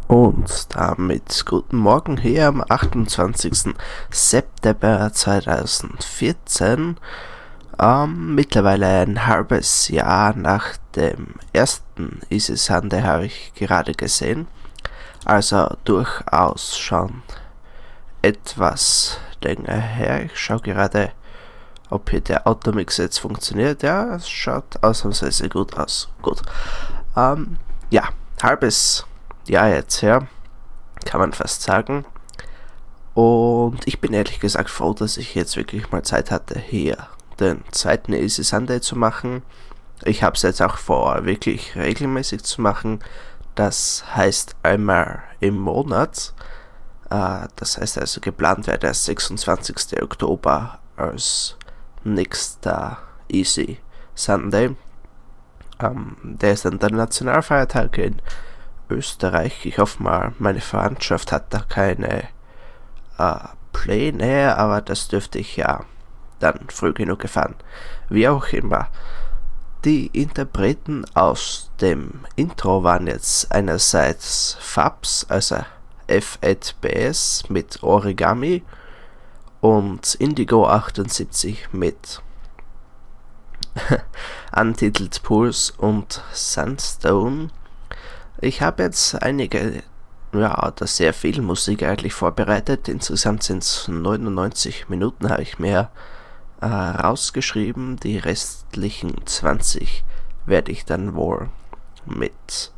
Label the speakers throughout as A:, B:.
A: Und damit guten Morgen hier am 28. September 2014. Mittlerweile ein halbes Jahr nach dem ersten Easy Sunday habe ich gerade gesehen. Also durchaus schon etwas länger her. Ich schaue gerade, ob hier der Automix jetzt funktioniert. Ja, es schaut ausnahmsweise gut aus. Gut. Ja, halbes Jahr jetzt her, kann man fast sagen. Und ich bin ehrlich gesagt froh, dass ich jetzt wirklich mal Zeit hatte, hier den zweiten Easy Sunday zu machen. Ich habe es jetzt auch vor, wirklich regelmäßig zu machen. Das heißt einmal im Monat. Das heißt also, geplant wäre der 26. Oktober als nächster Easy Sunday. Der ist dann der Nationalfeiertag in Österreich. Ich hoffe mal, meine Verwandtschaft hat da keine Pläne, aber das dürfte ich ja dann früh genug erfahren. Wie auch immer. Die Interpreten aus dem Intro waren jetzt einerseits Fabs, also FATBS mit Origami und Indigo 78 mit Untitled Pools und Sunstone. Ich habe jetzt einige, oder sehr viel Musik eigentlich vorbereitet. Insgesamt sind es 99 Minuten, habe ich mir rausgeschrieben. Die restlichen 20 werde ich dann wohl mit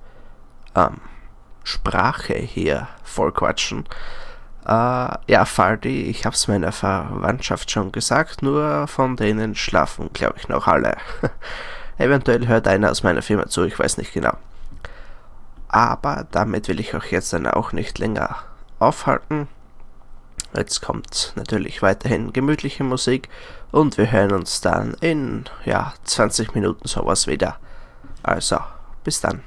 A: Sprache hier vollquatschen. Ja, Faldi, ich habe es meiner Verwandtschaft schon gesagt, nur von denen schlafen, glaube ich, noch alle. Eventuell hört einer aus meiner Firma zu, ich weiß nicht genau. Aber damit will ich euch jetzt dann auch nicht länger aufhalten. Jetzt kommt natürlich weiterhin gemütliche Musik und wir hören uns dann in 20 Minuten sowas wieder. Also, bis dann.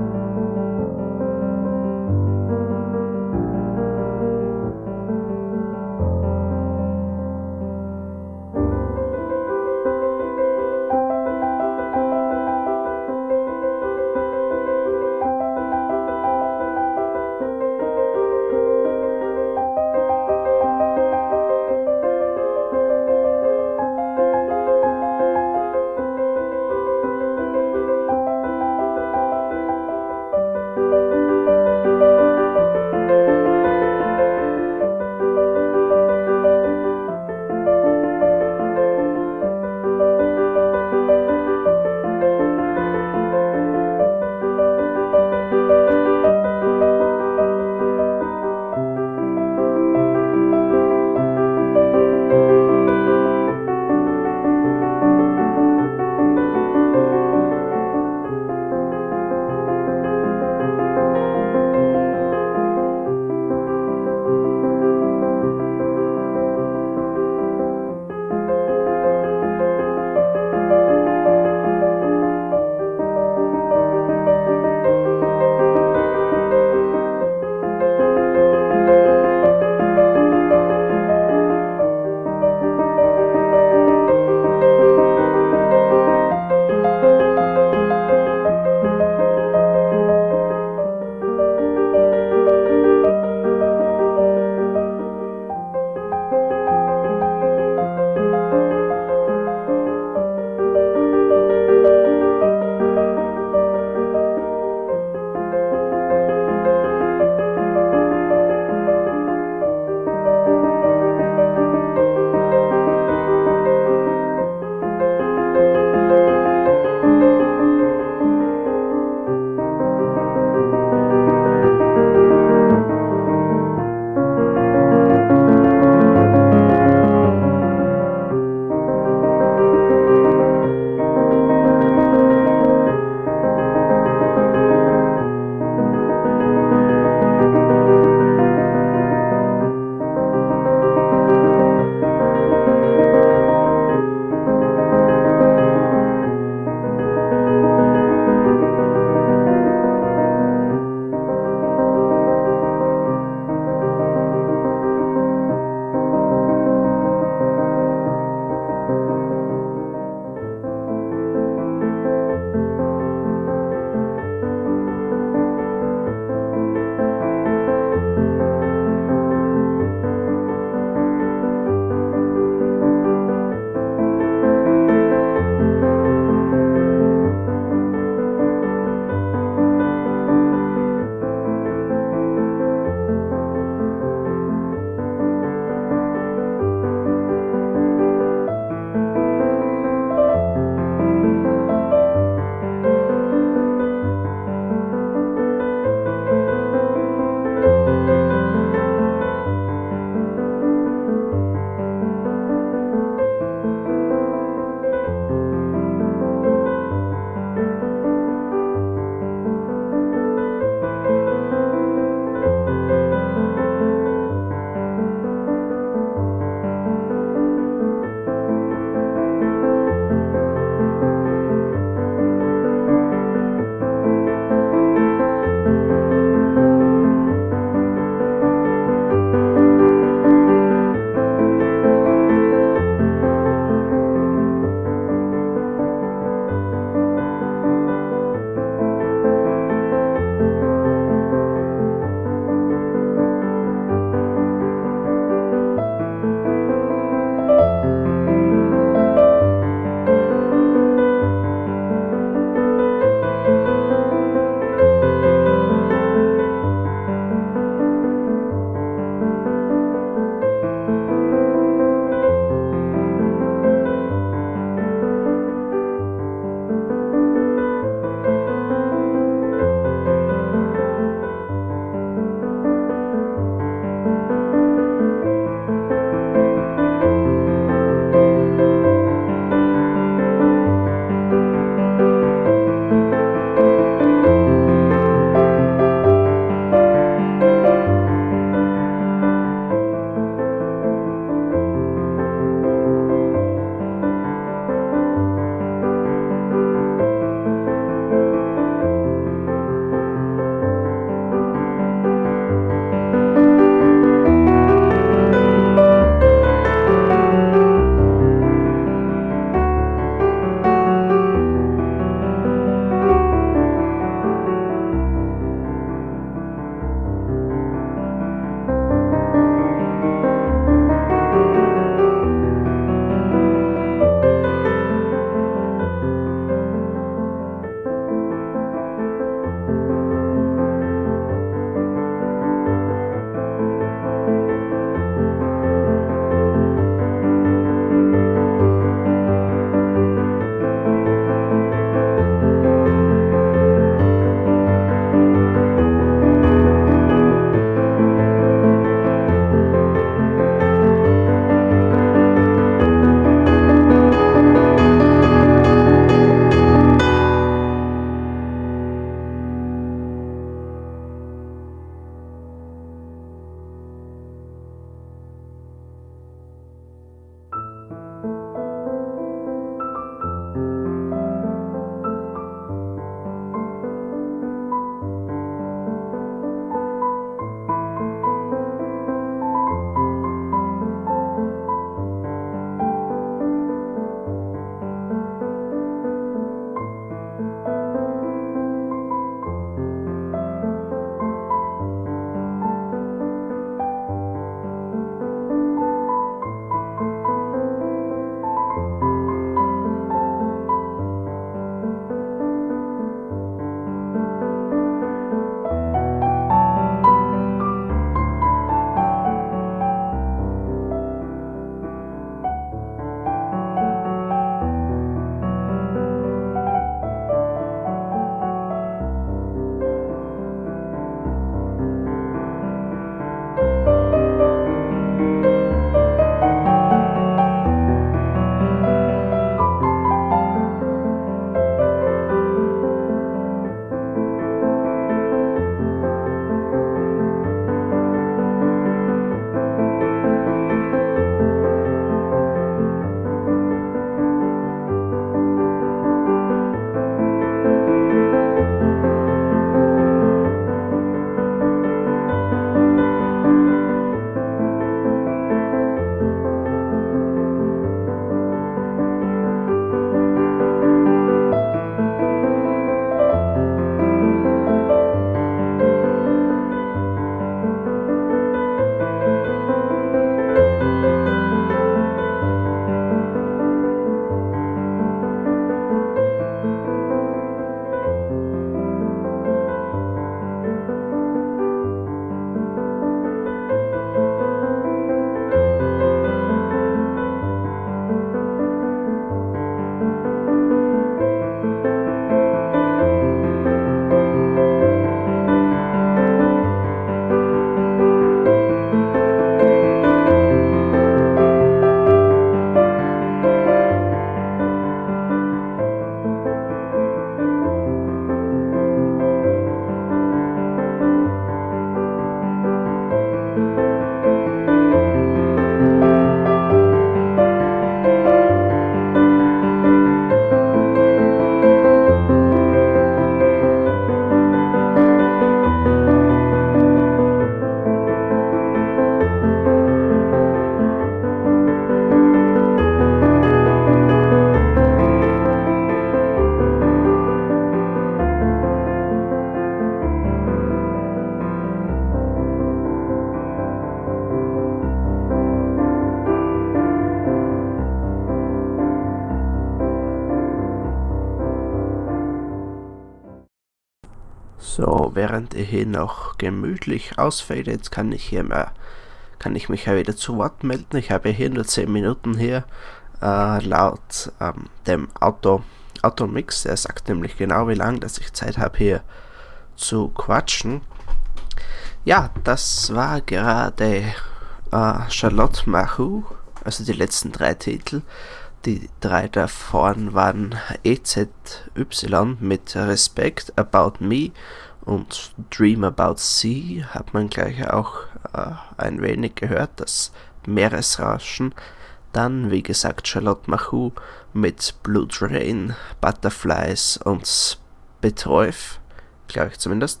A: So, während ihr hier noch gemütlich ausfadet, kann ich mich ja wieder zu Wort melden. Ich habe hier nur 10 Minuten hier, laut dem Automix. Der sagt nämlich genau, wie lange dass ich Zeit habe hier zu quatschen. Ja, das war gerade Charlotte Mahou, also die letzten 3 Titel. Die 3 davon waren EZY mit Respect, About Me und Dream About Sea. Hat man gleich auch ein wenig gehört, das Meeresrauschen. Dann, wie gesagt, Charlotte Mahou mit Blue Train, Butterflies und Betreuf, glaube ich zumindest.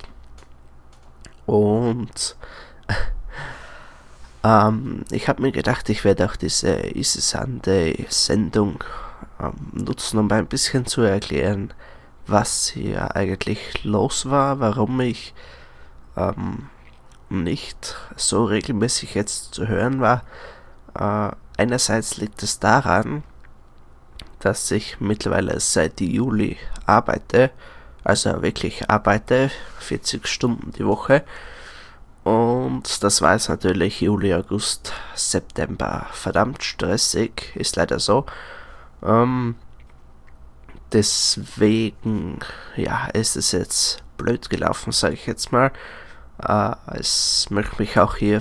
A: Und ich habe mir gedacht, ich werde auch diese Easy Sunday Sendung nutzen, um ein bisschen zu erklären, was hier eigentlich los war, warum ich nicht so regelmäßig jetzt zu hören war. Einerseits liegt es daran, dass ich mittlerweile seit Juli arbeite, also wirklich arbeite, 40 Stunden die Woche. Und das war jetzt natürlich Juli, August, September verdammt stressig, ist leider so. Deswegen, ja, ist es jetzt blöd gelaufen, sage ich jetzt mal. Es möchte mich auch hier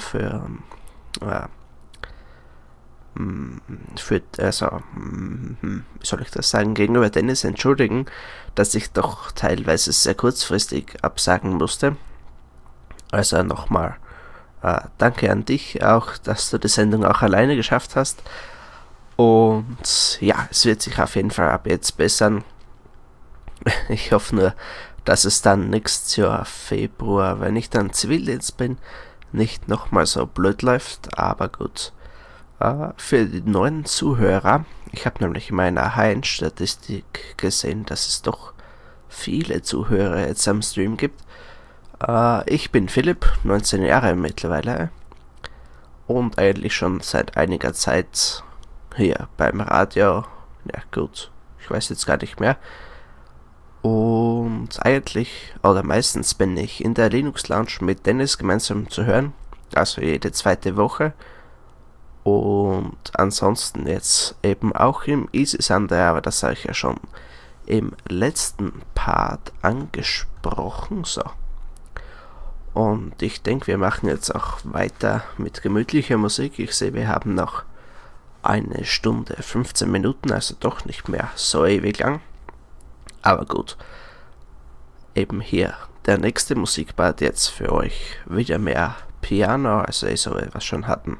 A: wie soll ich das sagen, gegenüber Dennis entschuldigen, dass ich doch teilweise sehr kurzfristig absagen musste. Also nochmal danke an dich auch, dass du die Sendung auch alleine geschafft hast. Und ja, es wird sich auf jeden Fall ab jetzt bessern. Ich hoffe nur, dass es dann nächstes Jahr Februar, wenn ich dann Zivildienst bin, nicht nochmal so blöd läuft. Aber gut. Für die neuen Zuhörer, ich habe nämlich in meiner HN-Statistik gesehen, dass es doch viele Zuhörer jetzt am Stream gibt. Ich bin Philipp, 19 Jahre mittlerweile und eigentlich schon seit einiger Zeit hier beim Radio. Ja gut, ich weiß jetzt gar nicht mehr. Und eigentlich, oder meistens bin ich in der Linux Lounge mit Dennis gemeinsam zu hören, also jede zweite Woche. Und ansonsten jetzt eben auch im Easy Sunday, aber das habe ich ja schon im letzten Part angesprochen. So. Und ich denke, wir machen jetzt auch weiter mit gemütlicher Musik. Ich sehe, wir haben noch 1 Stunde 15 Minuten, also doch nicht mehr so ewig lang. Aber gut, eben hier der nächste Musikpart jetzt für euch. Wieder mehr Piano, also so wie wir schon hatten.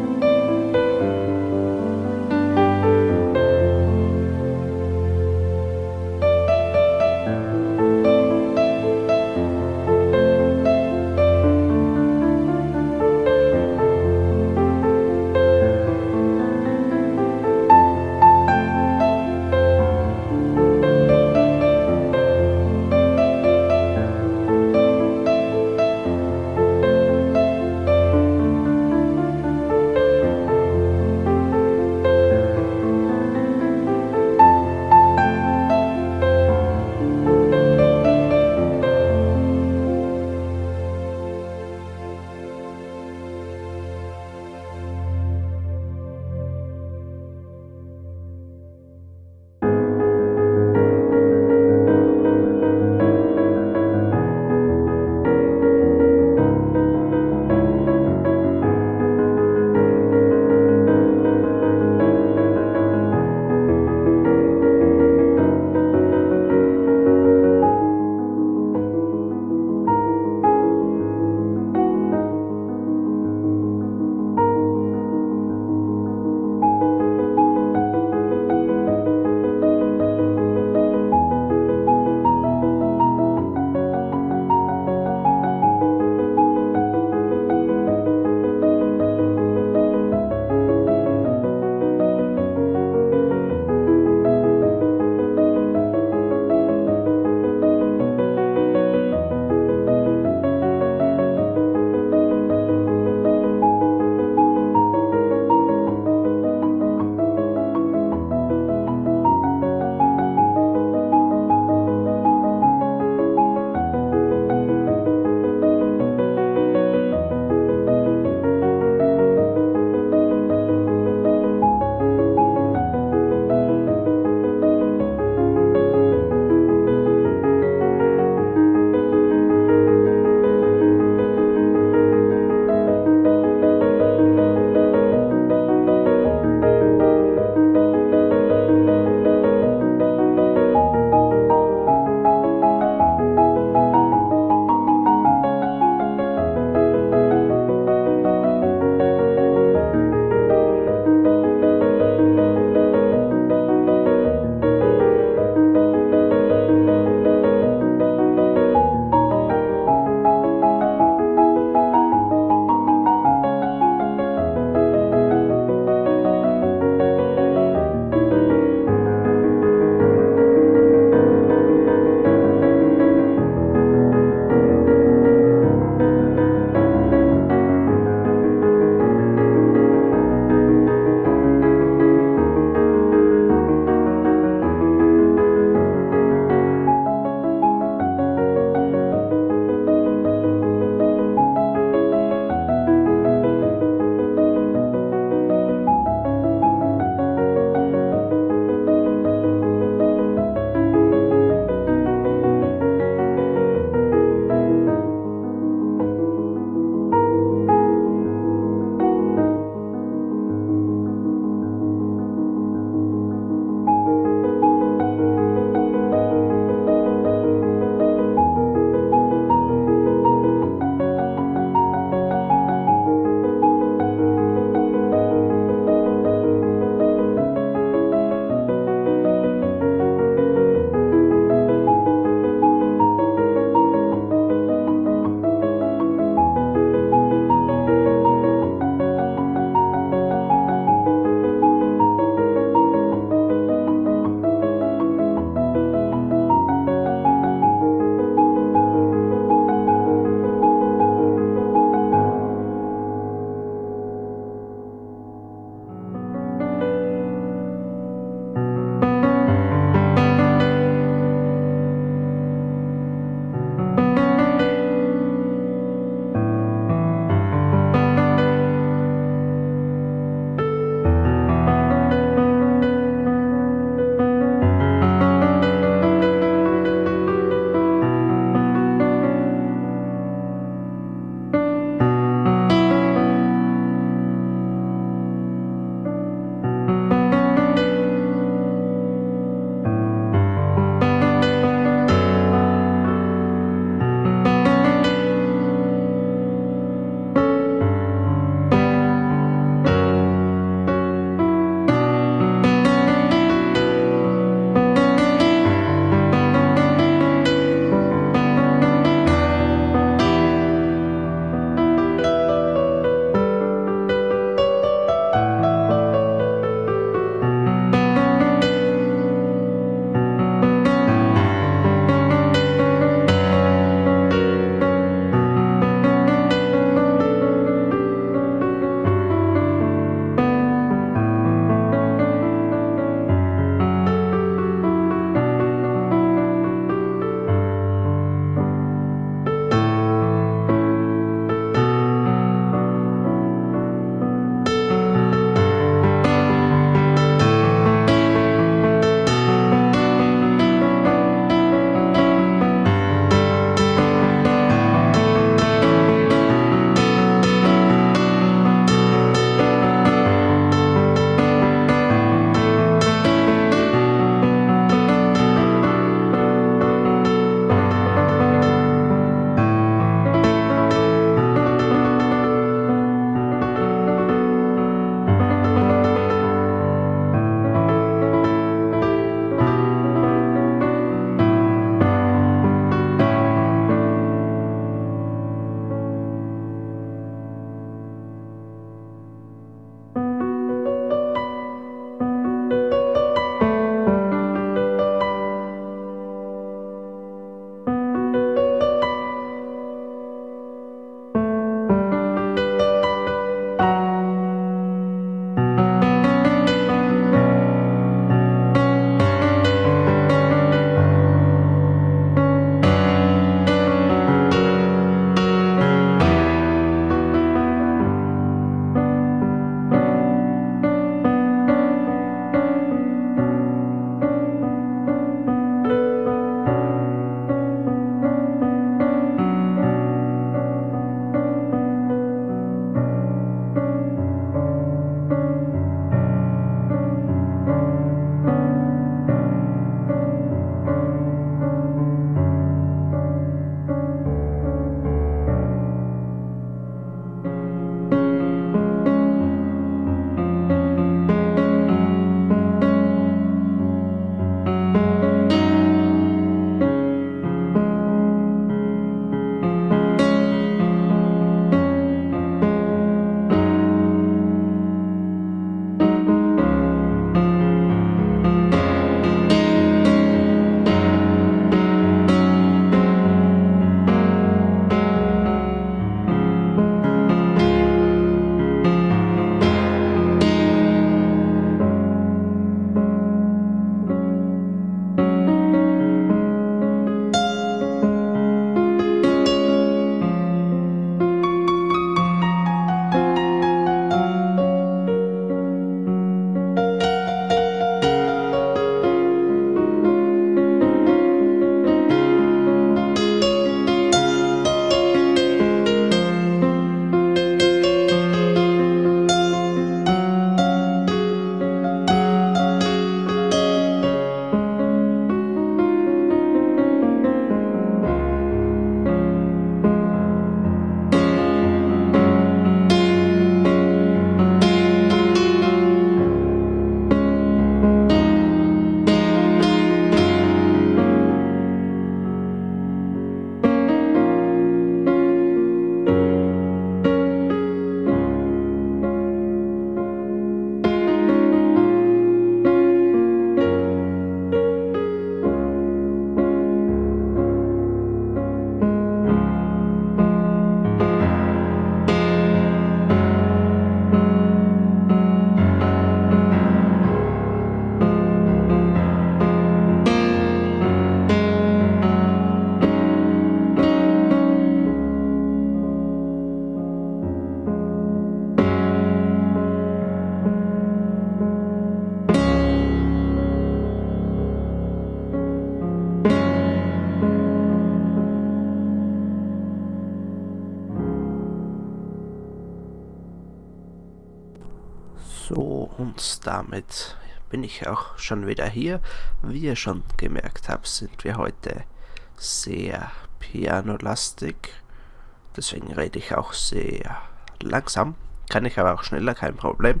A: Und damit bin ich auch schon wieder hier. Wie ihr schon gemerkt habt, sind wir heute sehr pianolastig. Deswegen rede ich auch sehr langsam. Kann ich aber auch schneller, kein Problem.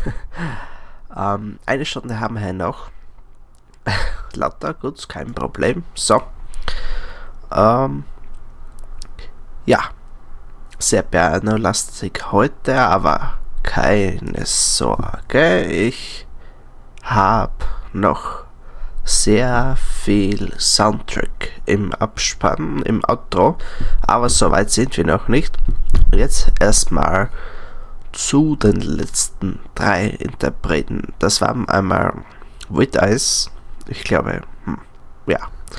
A: Eine Stunde haben wir noch. Lauter, gut, kein Problem. So. Ja. Sehr pianolastig heute, aber keine Sorge. Ich habe noch sehr viel Soundtrack im Abspann, im Outro, aber soweit sind wir noch nicht. Jetzt erstmal zu den letzten 3 Interpreten. Das waren einmal With Eyes, ich glaube, ja.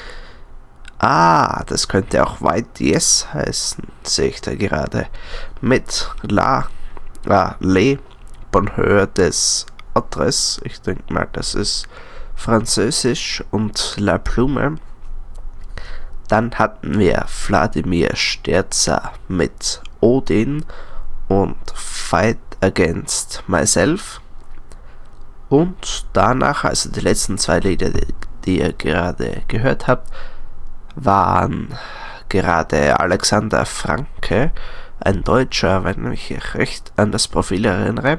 A: Das könnte auch White Yes heißen, sehe ich da gerade. Mit Les Bonheur des Autres, ich denke mal, das ist Französisch, und La Plume. Dann hatten wir Wladimir Sterza mit Odin und Fight Against Myself. Und danach, also die letzten 2 Lieder, die ihr gerade gehört habt, waren gerade Alexander Franke, ein Deutscher, wenn ich mich recht an das Profil erinnere,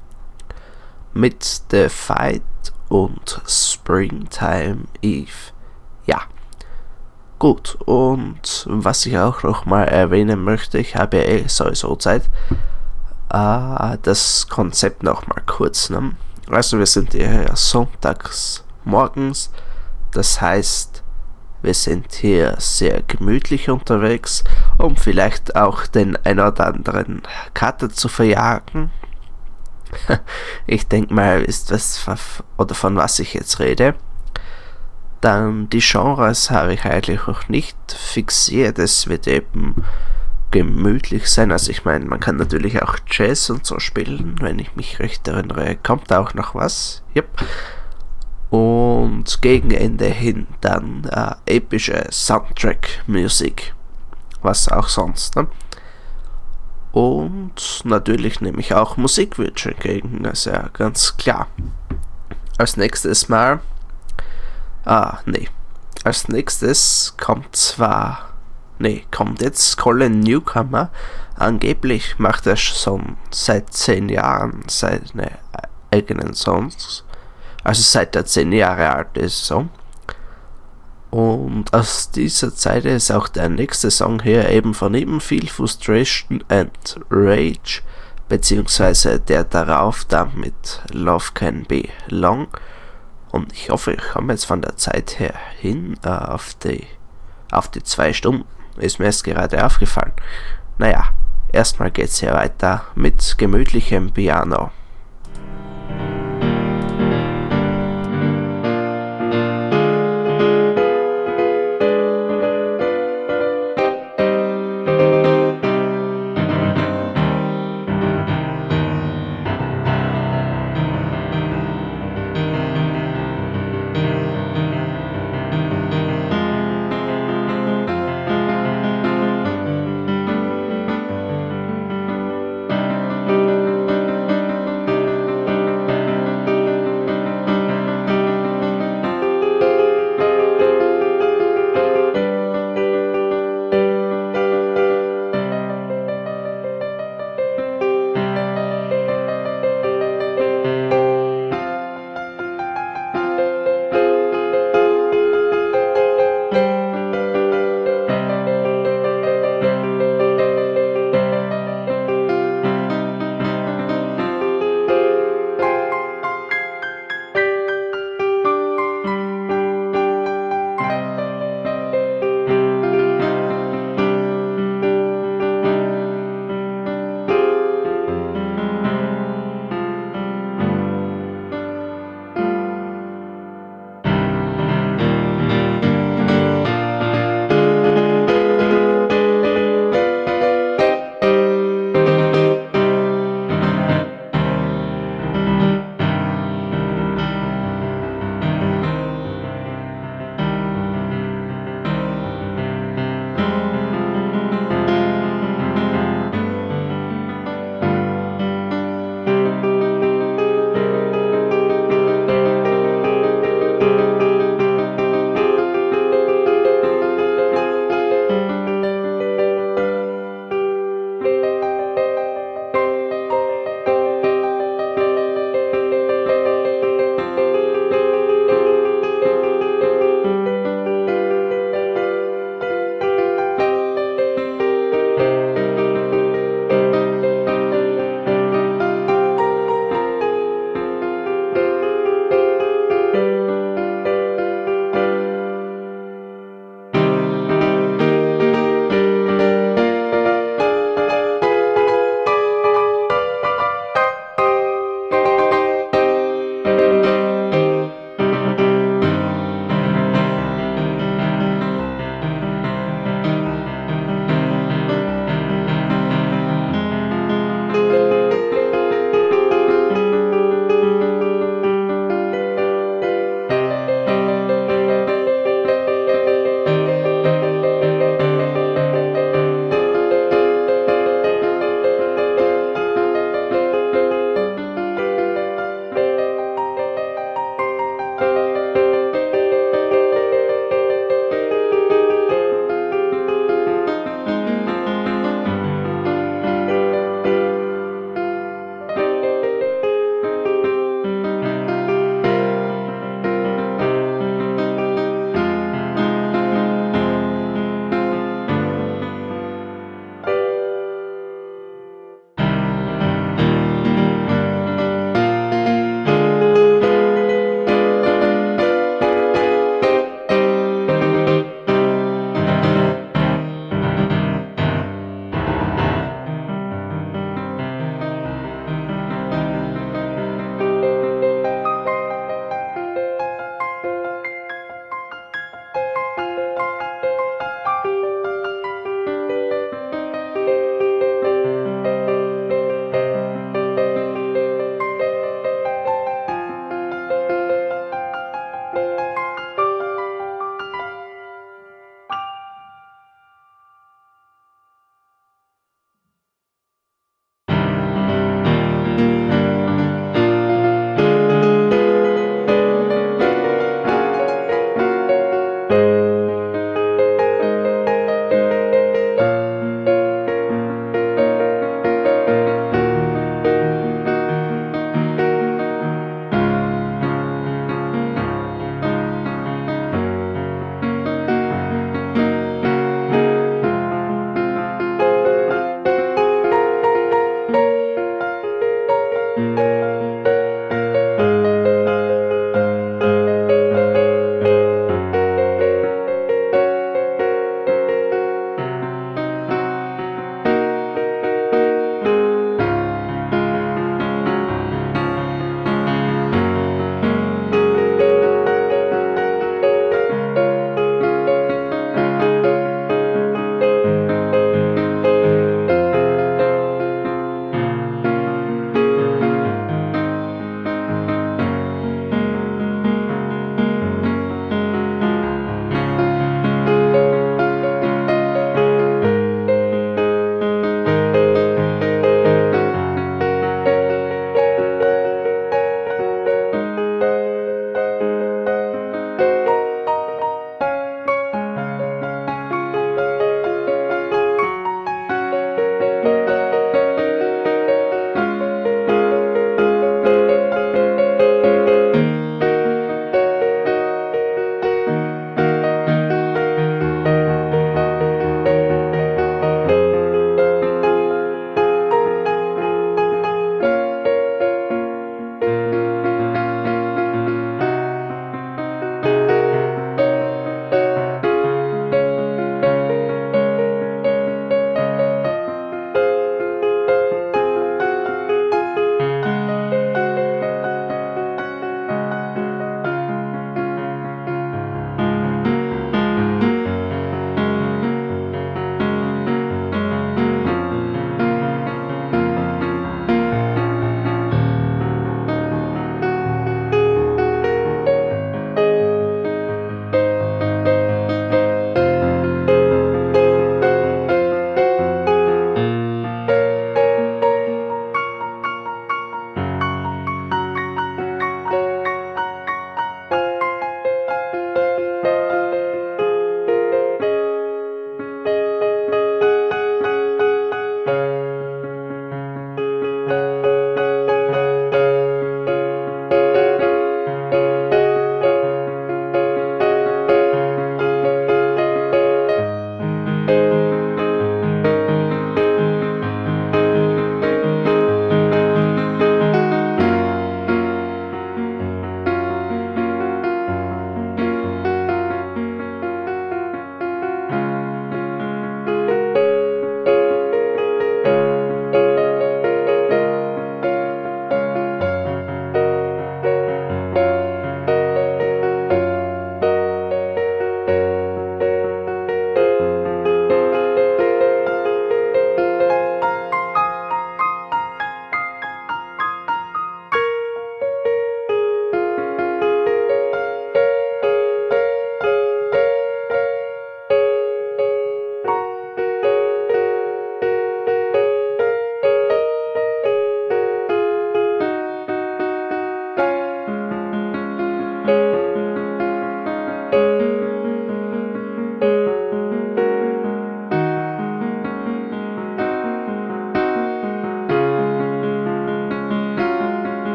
A: mit The Fight und Springtime Eve. Ja, gut, und was ich auch noch mal erwähnen möchte, ich habe ja sowieso Zeit, das Konzept noch mal kurz, ne? Also wir sind hier sonntags morgens, das heißt, wir sind hier sehr gemütlich unterwegs, um vielleicht auch den ein oder anderen Kater zu verjagen. Ich denke mal, ist was oder von was ich jetzt rede. Dann die Genres habe ich eigentlich noch nicht fixiert. Es wird eben gemütlich sein. Also ich meine, man kann natürlich auch Jazz und so spielen, wenn ich mich recht erinnere. Kommt da auch noch was? Yep. Und gegen Ende hin dann epische Soundtrack-Musik. Was auch sonst, ne? Und natürlich nehme ich auch Musikwünsche entgegen, das ist ja ganz klar. Als nächstes mal. Als nächstes kommt jetzt Colin Newcomer. Angeblich macht er schon seit 10 Jahren seine eigenen Songs. Also seit er 10 Jahre alt ist, so. Und aus dieser Zeit ist auch der nächste Song hier eben von ihm, Feel Frustration and Rage, beziehungsweise der darauf dann mit Love Can Be Long. Und ich hoffe, ich komme jetzt von der Zeit her hin auf die 2 Stunden. Ist mir erst gerade aufgefallen. Naja, erstmal geht's hier weiter mit gemütlichem Piano.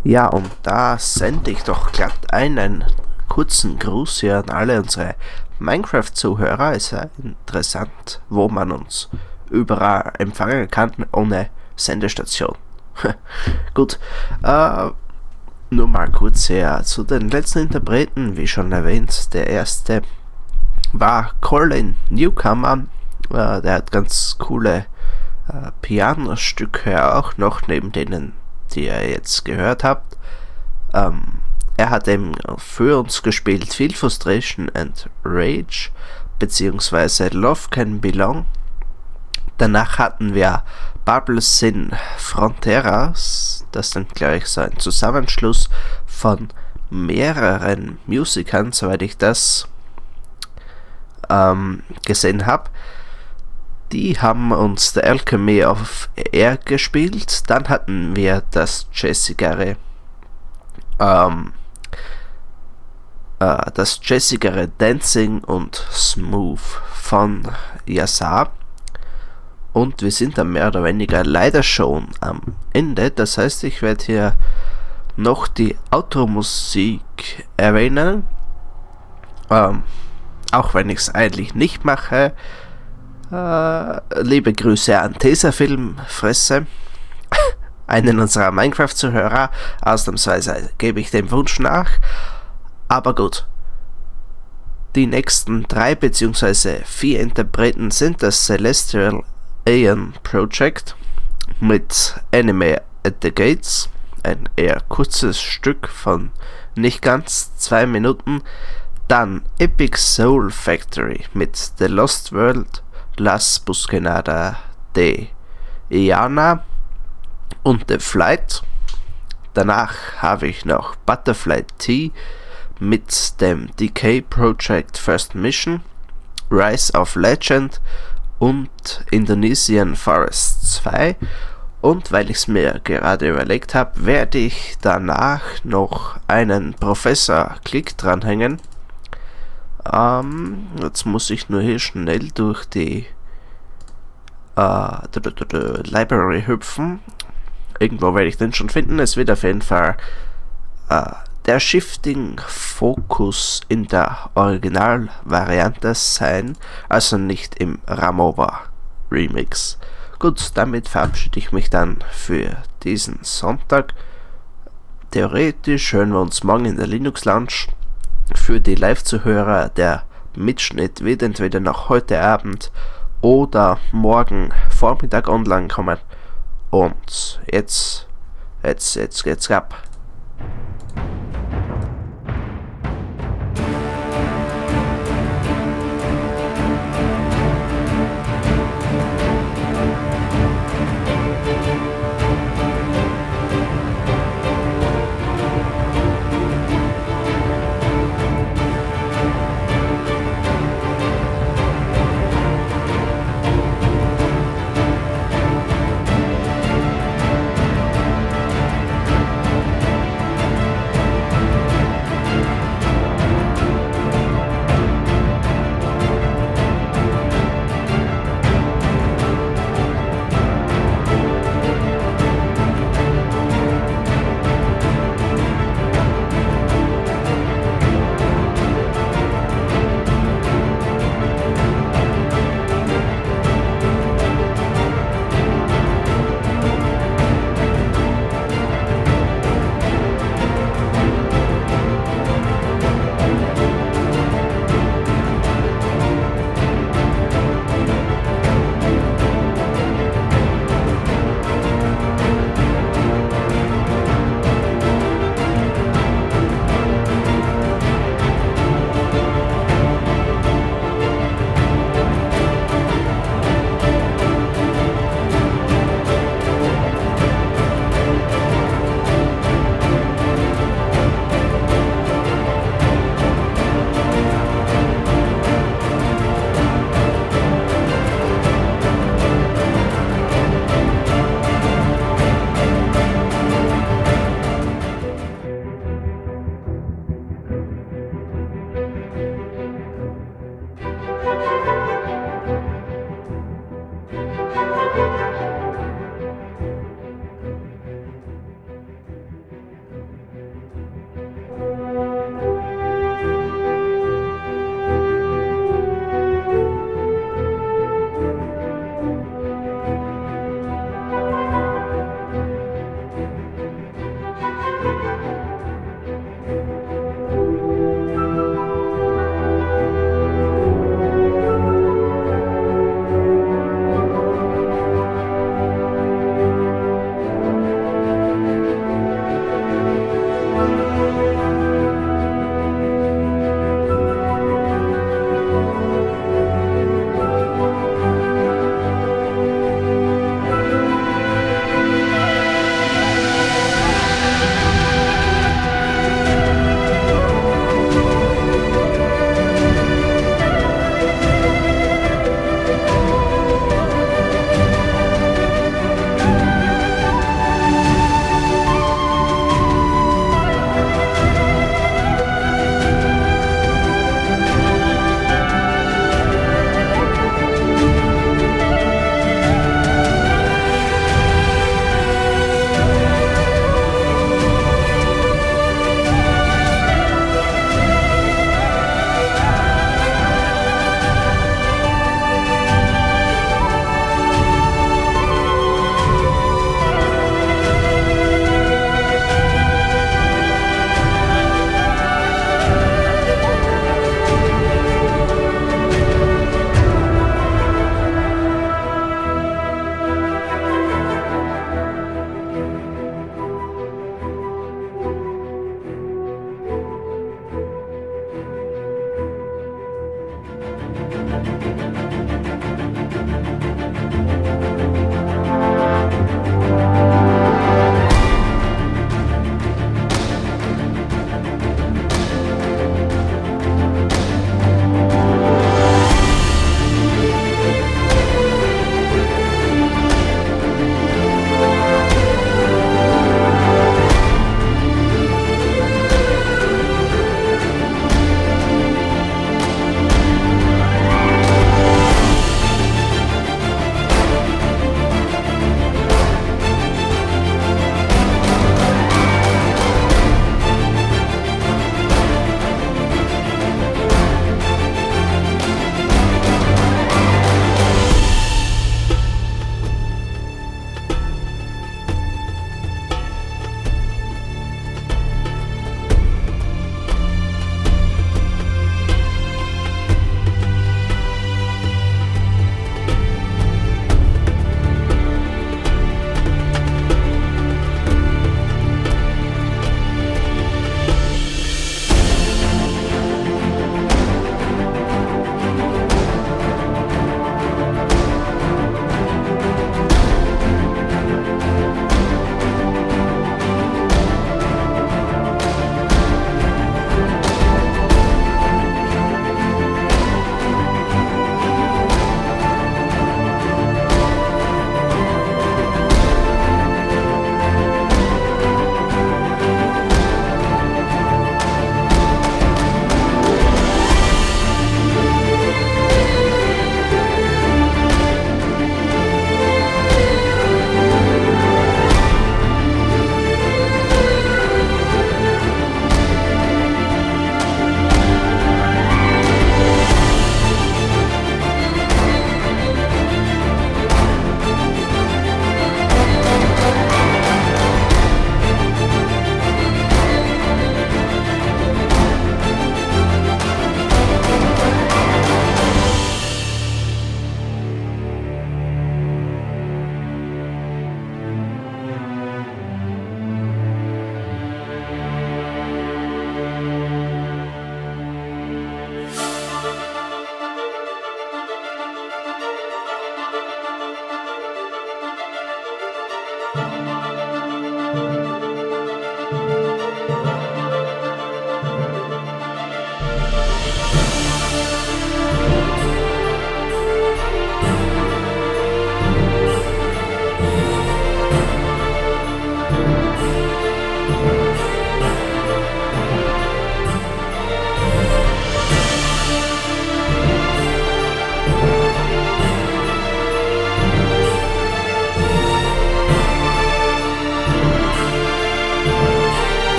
A: Ja, und da sende ich doch glatt einen kurzen Gruß hier an alle unsere Minecraft-Zuhörer. Ist ja interessant, wo man uns überall empfangen kann ohne Sendestation. Gut, nur mal kurz her zu den letzten Interpreten, wie schon erwähnt. Der erste war Colin Newcomer. Der hat ganz coole Pianostücke auch noch, neben denen, die ihr jetzt gehört habt. Er hat eben für uns gespielt Feel Frustration and Rage, beziehungsweise Love Can Belong. Danach hatten wir Bubbles Sin Fronteras, das dann gleich so ein Zusammenschluss von mehreren Musikern, soweit ich das gesehen habe. Die haben uns The Alchemy of Air gespielt. Dann hatten wir das jazzigere Dancing und Smooth von Yassar. Und wir sind dann mehr oder weniger leider schon am Ende. Das heißt, ich werde hier noch die Outro-Musik erwähnen. Auch wenn ich es eigentlich nicht mache. Liebe Grüße an Tesafilmfresse, einen unserer Minecraft-Zuhörer. Ausnahmsweise gebe ich dem Wunsch nach. Aber gut. Die nächsten 3 bzw. 4 Interpreten sind das Celestial Aeon Project mit Enemy at the Gates, ein eher kurzes Stück von nicht ganz 2 Minuten. Dann Epic Soul Factory mit The Lost World, Las Buscanada de Iana und The Flight. Danach habe ich noch Butterfly Tea mit dem Decay Project First Mission, Rise of Legend und Indonesian Forest 2. Und weil ich es mir gerade überlegt habe, werde ich danach noch einen Professor Click dranhängen. Jetzt muss ich nur hier schnell durch die Library hüpfen. Irgendwo werde ich den schon finden. Es wird auf jeden Fall der Shifting Focus in der Originalvariante sein, also nicht im Ramova Remix. Gut, damit verabschiede ich mich dann für diesen Sonntag. Theoretisch hören wir uns morgen in der Linux Lounge. Für die Live-Zuhörer, der Mitschnitt wird entweder noch heute Abend oder morgen Vormittag online kommen. Und jetzt geht's ab.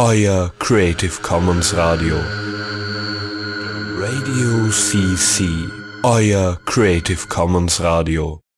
B: euer Creative Commons Radio. Radio CC, euer Creative Commons Radio.